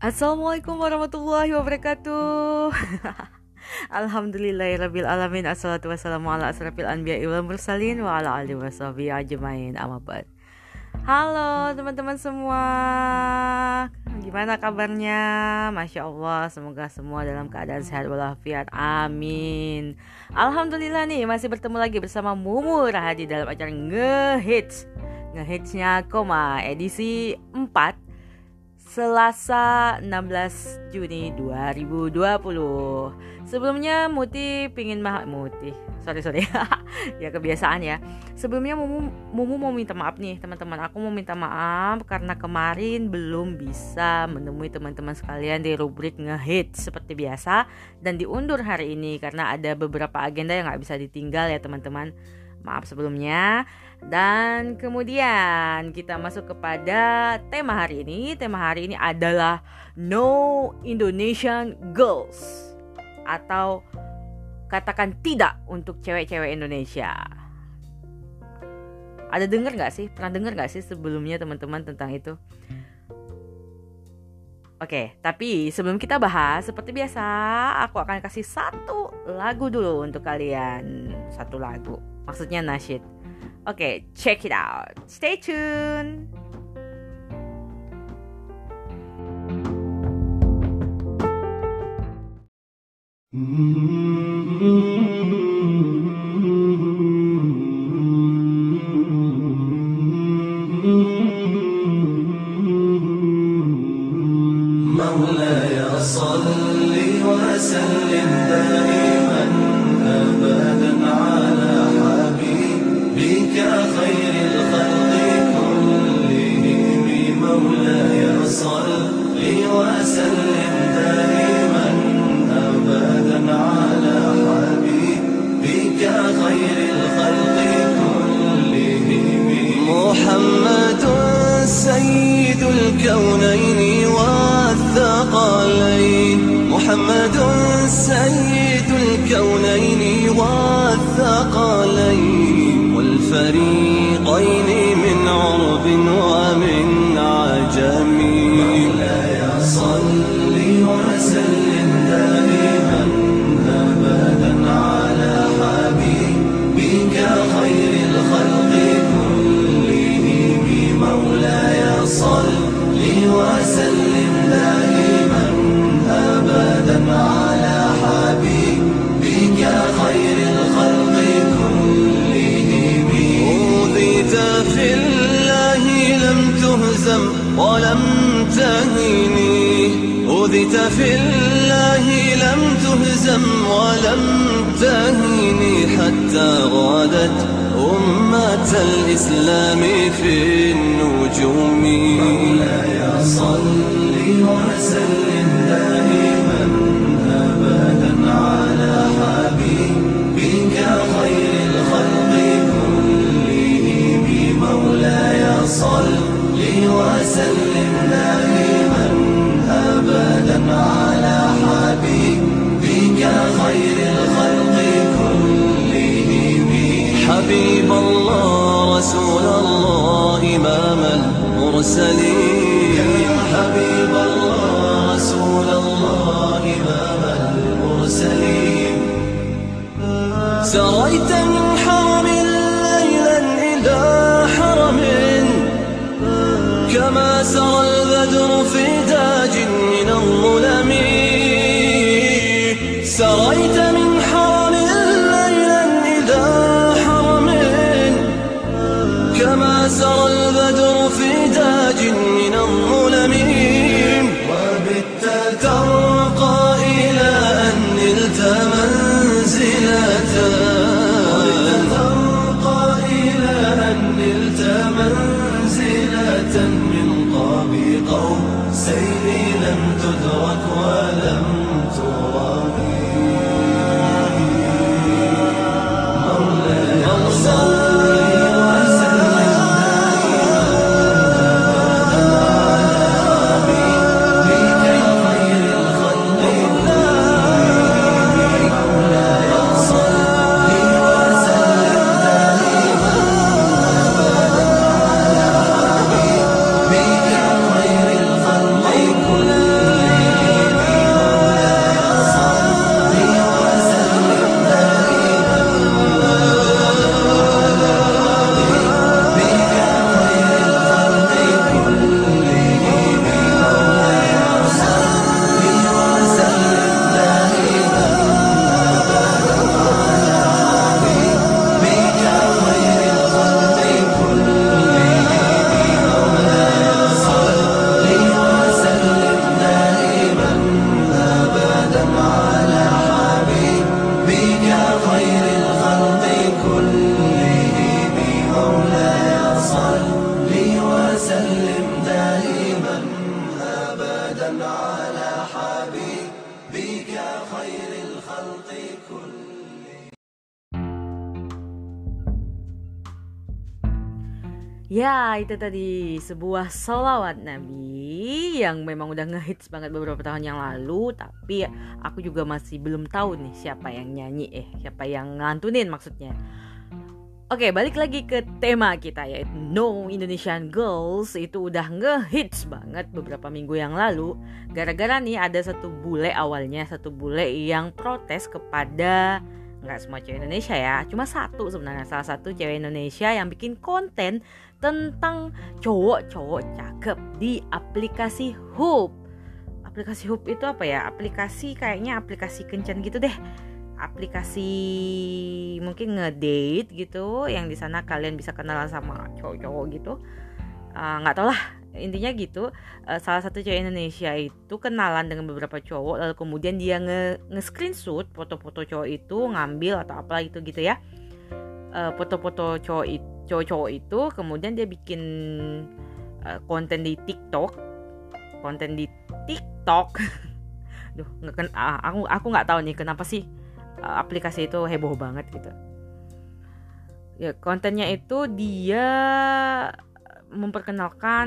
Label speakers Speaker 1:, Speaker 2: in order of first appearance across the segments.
Speaker 1: Assalamualaikum warahmatullahi wabarakatuh. Alhamdulillahirabbil alamin. Assalatu wassalamu ala asrafil anbiya'i wal mursalin wa ala alihi washabihi ajmain. Amma ba'd. Halo teman-teman semua. Gimana kabarnya? Masya Allah, semoga semua dalam keadaan sehat walafiat. Amin. Alhamdulillah nih, masih bertemu lagi bersama Mumu Rahadi dalam acara Ngehitsnya Koma edisi 4 Selasa 16 Juni 2020. Sebelumnya sorry ya kebiasaan ya. Sebelumnya Mumu mau minta maaf nih teman-teman. Aku mau minta maaf karena kemarin belum bisa menemui teman-teman sekalian di rubrik ngehits seperti biasa, dan diundur hari ini karena ada beberapa agenda yang gak bisa ditinggal ya teman-teman. Maaf sebelumnya. Dan kemudian kita masuk kepada tema hari ini. Tema hari ini adalah No Indonesian Girls, atau katakan tidak untuk cewek-cewek Indonesia. Ada dengar gak sih? Pernah dengar gak sih sebelumnya teman-teman tentang itu? Oke, tapi sebelum kita bahas, seperti biasa aku akan kasih satu lagu dulu untuk kalian. Satu lagu, maksudnya nasyid. Oke, check it out. Stay tuned.
Speaker 2: مولاي صل وسلم دائما أبدا على حبيبك خير الخلق كلهم. مولاي صل وسلم دائما أبدا على حبيبك خير الخلق كلهم. محمد سيد الكونين والثقلين. محمد سيد الكونين والثقلين والفريقين من عرب ومن عجم. مولاي صل وسلم دائما أبدا على حبيبك خير الخلق كلهم. مولاي صل وسلم دائما أبدا على حبيبك خير الخلق كلهم. أوذيت في الله لم تهزم ولم تهني. أوذيت في الله لم تهزم ولم تهني حتى غادت أمة الإسلام في النجوم. مولاي صل وسلم دائما أبدا على حبيبك خير الخلق كلهم. مولاي صل وسلم دائما أبدا على حبيبك خير الخلق كلهم. حبيب الله رسول الله إمام المرسلين. يا حبيب الله رسول الله إمام المرسلين. سريت من حرم ليلا إلى حرم كما سرى البدر في تاج من الظلم. سريت من حرم ليلا إلى حرم كما سرى البدر في تاج من الظلم. وبت ترقى إلى أن نلت منزلة. ترقى إلى أن نلت منزلة من قاب قوسين لم تدرك ولم ترم. مولاي صل على حبيبك خير الخلق كلهم.
Speaker 1: Ya, itu tadi sebuah sholawat Nabi yang memang udah ngehits banget beberapa tahun yang lalu. Tapi aku juga masih belum tahu nih siapa yang nyanyi, siapa yang ngantunin maksudnya. Oke, balik lagi ke tema kita, yaitu No Indonesian Girls. Itu udah ngehits banget beberapa minggu yang lalu. Gara-gara nih ada satu bule yang protes kepada, nggak semua cewek Indonesia ya, cuma satu sebenarnya, salah satu cewek Indonesia yang bikin konten tentang cowok-cowok cakep di aplikasi Hoop. Aplikasi Hoop itu apa ya? Kayaknya aplikasi kencan gitu deh. Aplikasi mungkin ngedate gitu, yang di sana kalian bisa kenalan sama cowok-cowok gitu. Nggak tau lah, intinya gitu. Salah satu cewek Indonesia itu kenalan dengan beberapa cowok, lalu kemudian dia nge-screenshot foto-foto cowok itu, ngambil atau apa gitu ya, foto-foto cowok-cowok itu, kemudian dia bikin konten di TikTok. Duh, aku nggak tahu nih kenapa sih aplikasi itu heboh banget gitu. Ya, kontennya itu dia memperkenalkan,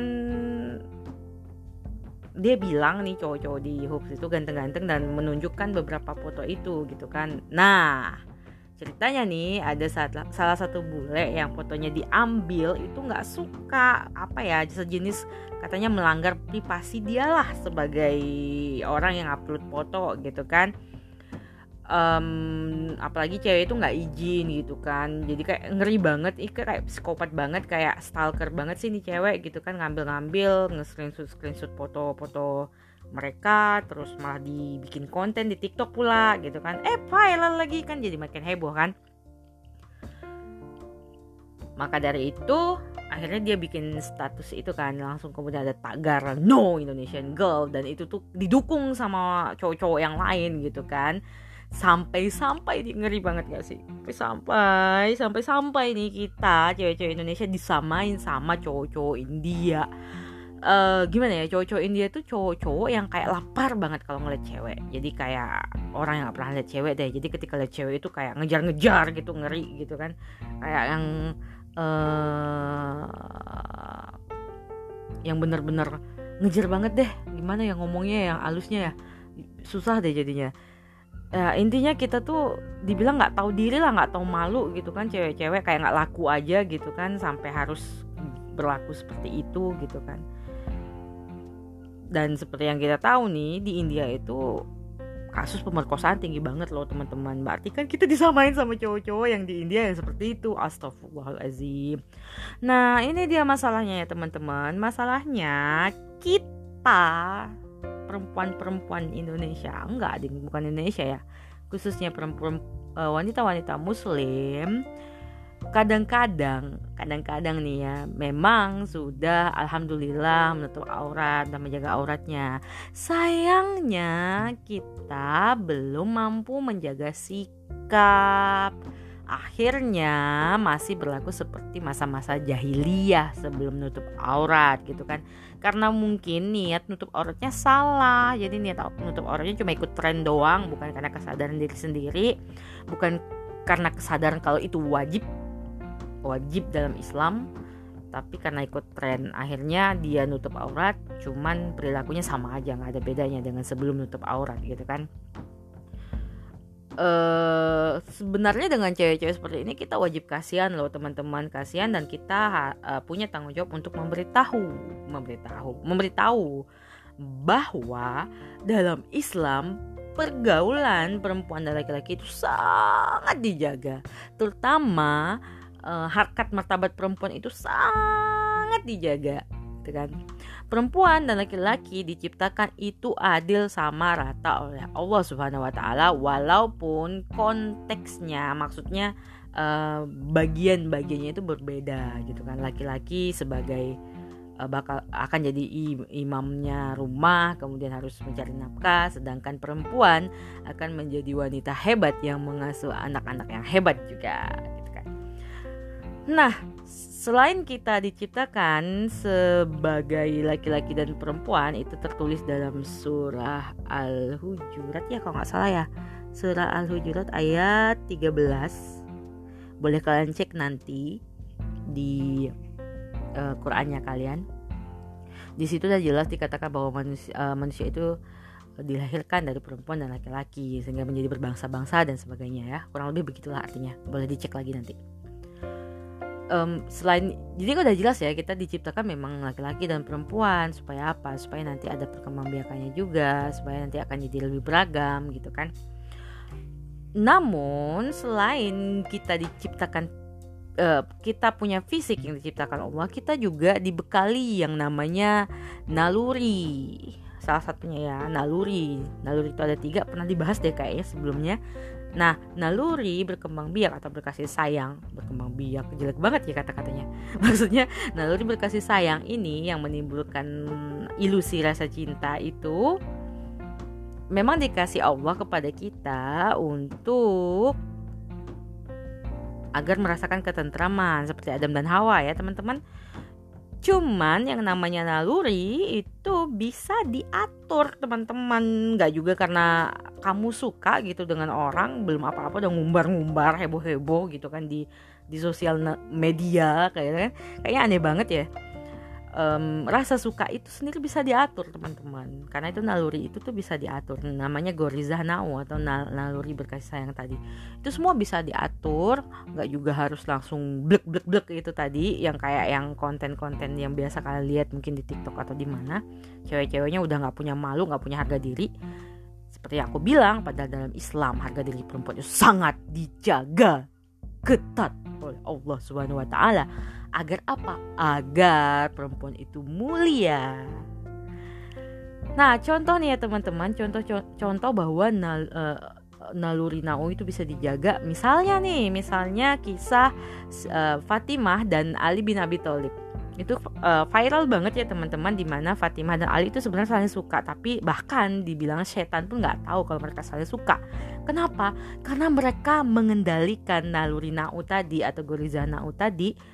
Speaker 1: dia bilang nih cowok-cowok di Hoops itu ganteng-ganteng dan menunjukkan beberapa foto itu gitu kan. Nah, ceritanya nih ada salah satu bule yang fotonya diambil itu nggak suka, sejenis katanya melanggar privasi dia lah sebagai orang yang upload foto gitu kan. Apalagi cewek itu nggak izin gitu kan, jadi kayak ngeri banget, kayak psikopat banget, kayak stalker banget sih nih cewek gitu kan, ngambil nge-screenshot foto-foto mereka, terus malah dibikin konten di TikTok pula gitu kan, viral lagi kan, jadi makin heboh kan. Maka dari itu akhirnya dia bikin status itu kan, langsung kemudian ada tagar No Indonesian Girl, dan itu tuh didukung sama cowok-cowok yang lain gitu kan. Sampai ngeri banget gak sih? Sampai nih kita cewek-cewek Indonesia disamain sama cowok-cowok India. Gimana ya, cowok-cowok India tuh cowok-cowok yang kayak lapar banget kalau ngeliat cewek. Jadi kayak orang yang gak pernah lihat cewek deh. Jadi ketika lihat cewek itu kayak ngejar-ngejar gitu, ngeri gitu kan. Kayak yang bener-bener ngejar banget deh. Gimana ya ngomongnya, yang halusnya ya, susah deh jadinya. Intinya kita tuh dibilang nggak tahu diri lah, nggak tahu malu gitu kan, cewek-cewek kayak nggak laku aja gitu kan, sampai harus berlaku seperti itu gitu kan. Dan seperti yang kita tahu nih, di India itu kasus pemerkosaan tinggi banget loh teman-teman. Berarti kan kita disamain sama cowok-cowok yang di India yang seperti itu. Astagfirullahaladzim. Nah, ini dia masalahnya ya teman-teman. Masalahnya kita perempuan-perempuan Indonesia, bukan Indonesia ya, khususnya perempuan, wanita-wanita muslim, kadang-kadang nih ya, memang sudah alhamdulillah menutup aurat dan menjaga auratnya. Sayangnya kita belum mampu menjaga sikap. Akhirnya masih berlaku seperti masa-masa jahiliyah sebelum nutup aurat gitu kan. Karena mungkin niat nutup auratnya salah. Jadi niat nutup auratnya cuma ikut tren doang, bukan karena kesadaran diri sendiri, bukan karena kesadaran kalau itu wajib dalam Islam, tapi karena ikut tren. Akhirnya dia nutup aurat, cuman perilakunya sama aja, gak ada bedanya dengan sebelum nutup aurat gitu kan. Sebenarnya dengan cewek-cewek seperti ini kita wajib kasihan loh teman-teman, kasihan, dan kita punya tanggung jawab untuk memberitahu bahwa dalam Islam pergaulan perempuan dan laki-laki itu sangat dijaga, terutama harkat martabat perempuan itu sangat dijaga gitu kan. Perempuan dan laki-laki diciptakan itu adil sama rata oleh Allah Subhanahu wa taala, walaupun konteksnya, maksudnya bagian-bagiannya itu berbeda gitu kan. Laki-laki sebagai bakal akan jadi imamnya rumah, kemudian harus mencari nafkah, sedangkan perempuan akan menjadi wanita hebat yang mengasuh anak-anak yang hebat juga gitu kan. Nah, selain kita diciptakan sebagai laki-laki dan perempuan, itu tertulis dalam surah Al-Hujurat ya kalau nggak salah ya. Surah Al-Hujurat ayat 13. Boleh kalian cek nanti di Qur'annya kalian. Di situ udah jelas dikatakan bahwa manusia itu dilahirkan dari perempuan dan laki-laki sehingga menjadi berbangsa-bangsa dan sebagainya ya. Kurang lebih begitulah artinya. Boleh dicek lagi nanti. Jadi udah jelas ya, kita diciptakan memang laki-laki dan perempuan. Supaya apa? Supaya nanti ada perkembangbiakannya juga, supaya nanti akan jadi lebih beragam gitu kan. Namun selain kita diciptakan, kita punya fisik yang diciptakan Allah, kita juga dibekali yang namanya naluri. Salah satunya ya naluri itu ada 3, pernah dibahas deh kayaknya sebelumnya. Nah, naluri berkembang biak atau berkasih sayang, berkembang biak jelek banget ya kata-katanya. Maksudnya naluri berkasih sayang ini yang menimbulkan ilusi rasa cinta itu memang dikasih Allah kepada kita untuk agar merasakan ketentraman seperti Adam dan Hawa ya teman-teman. Cuman yang namanya naluri itu bisa diatur teman-teman. Gak juga karena kamu suka gitu dengan orang, belum apa-apa udah ngumbar-ngumbar heboh-heboh gitu kan di sosial media kayaknya aneh banget ya. Rasa suka itu sendiri bisa diatur teman-teman, karena itu naluri itu tuh bisa diatur, namanya gorizah nau atau naluri berkasih sayang tadi. Itu semua bisa diatur, nggak juga harus langsung blek itu tadi yang kayak yang konten-konten yang biasa kalian lihat mungkin di TikTok atau di mana, cewek-ceweknya udah nggak punya malu, nggak punya harga diri. Seperti yang aku bilang, padahal dalam Islam harga diri perempuan itu sangat dijaga ketat oleh Allah Subhanahu wa taala. Agar apa? Agar perempuan itu mulia. Nah, contoh nih ya teman-teman, contoh bahwa naluri nau itu bisa dijaga. Misalnya kisah Fatimah dan Ali bin Abi Thalib. Itu viral banget ya teman-teman, di mana Fatimah dan Ali itu sebenarnya saling suka, tapi bahkan dibilang setan pun nggak tahu kalau mereka saling suka. Kenapa? Karena mereka mengendalikan naluri nau tadi atau gorizah nau tadi.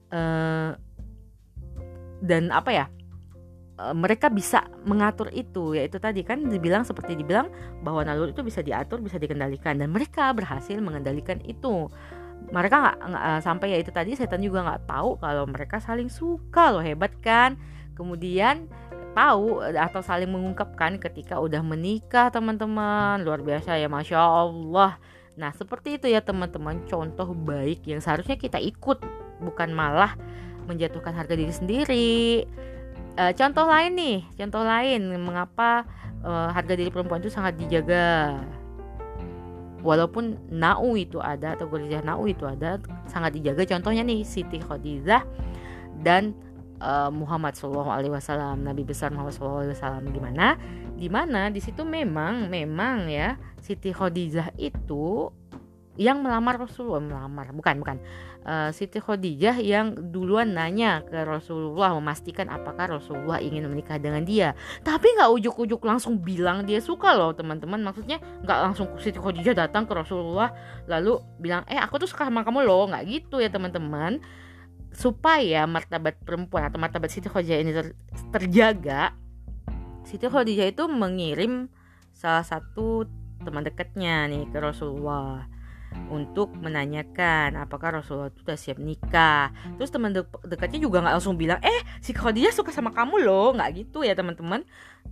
Speaker 1: Dan apa ya, mereka bisa mengatur itu, yaitu tadi kan seperti dibilang bahwa naluri itu bisa diatur, bisa dikendalikan, dan mereka berhasil mengendalikan itu. Mereka nggak sampai ya itu tadi, setan juga nggak tahu kalau mereka saling suka loh, hebat kan. Kemudian tahu atau saling mengungkapkan ketika udah menikah teman-teman, luar biasa ya, Masya Allah. Nah seperti itu ya teman-teman, contoh baik yang seharusnya kita ikut, bukan malah menjatuhkan harga diri sendiri. Contoh lain mengapa harga diri perempuan itu sangat dijaga. Walaupun nau itu ada atau gorizah nau itu ada, sangat dijaga. Contohnya nih Siti Khadijah dan Muhammad SAW, Nabi besar Muhammad SAW. Dimana di situ memang ya Siti Khadijah itu yang melamar Rasulullah, bukan Siti Khadijah yang duluan nanya ke Rasulullah, memastikan apakah Rasulullah ingin menikah dengan dia. Tapi nggak ujuk-ujuk langsung bilang dia suka loh teman-teman. Maksudnya nggak langsung Siti Khadijah datang ke Rasulullah lalu bilang aku tuh suka sama kamu loh, nggak gitu ya teman-teman. Supaya martabat perempuan atau martabat Siti Khadijah ini terjaga, Siti Khadijah itu mengirim salah satu teman dekatnya nih ke Rasulullah untuk menanyakan apakah Rasulullah itu udah siap nikah. Terus teman dekatnya juga nggak langsung bilang si Khadijah suka sama kamu loh, nggak gitu ya teman-teman.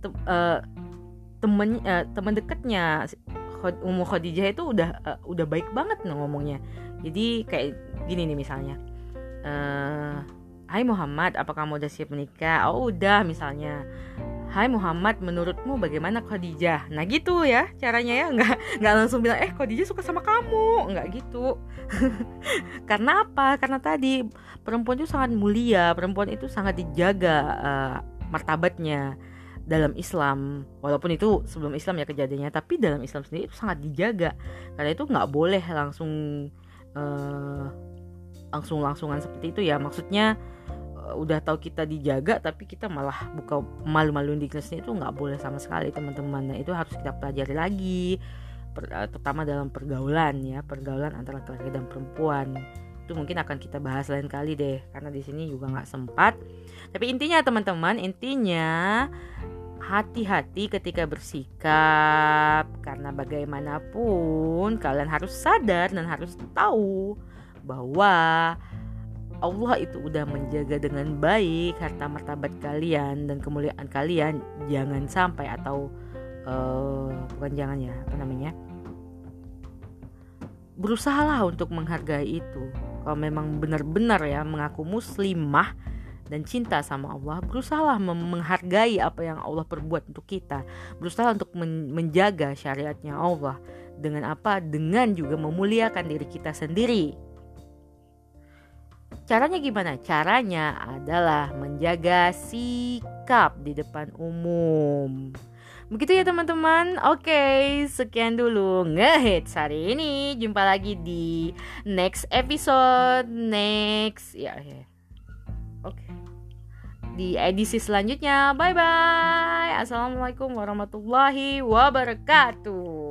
Speaker 1: Teman dekatnya Ummu Khadijah itu udah baik banget ngomongnya. Jadi kayak gini nih misalnya, hai Muhammad, apa kamu udah siap menikah? Oh udah misalnya. Hai Muhammad, menurutmu bagaimana Khadijah? Nah gitu ya caranya ya, nggak langsung bilang Khadijah suka sama kamu, nggak gitu. Karena apa? Karena tadi perempuan itu sangat mulia, perempuan itu sangat dijaga martabatnya dalam Islam. Walaupun itu sebelum Islam ya kejadiannya, tapi dalam Islam sendiri itu sangat dijaga. Karena itu nggak boleh langsungan seperti itu ya. Maksudnya udah tahu kita dijaga tapi kita malah buka malu-maluin di kelasnya, itu nggak boleh sama sekali teman-teman. Nah itu harus kita pelajari lagi, terutama dalam pergaulan antara laki-laki dan perempuan. itu mungkin akan kita bahas lain kali deh, karena di sini juga nggak sempat. Tapi intinya teman-teman, hati-hati ketika bersikap, karena bagaimanapun kalian harus sadar dan harus tahu bahwa Allah itu udah menjaga dengan baik harta martabat kalian dan kemuliaan kalian. Jangan sampai berusahalah untuk menghargai itu. Kalau memang benar-benar ya mengaku muslimah dan cinta sama Allah, berusahalah menghargai apa yang Allah perbuat untuk kita. Berusaha untuk menjaga syariatnya Allah. Dengan apa? Dengan juga memuliakan diri kita sendiri. Caranya gimana? Caranya adalah menjaga sikap di depan umum. Begitu ya teman-teman. Oke, sekian dulu Ngehits hari ini. Jumpa lagi di next episode, Oke. Di edisi selanjutnya. Bye bye. Assalamualaikum warahmatullahi wabarakatuh.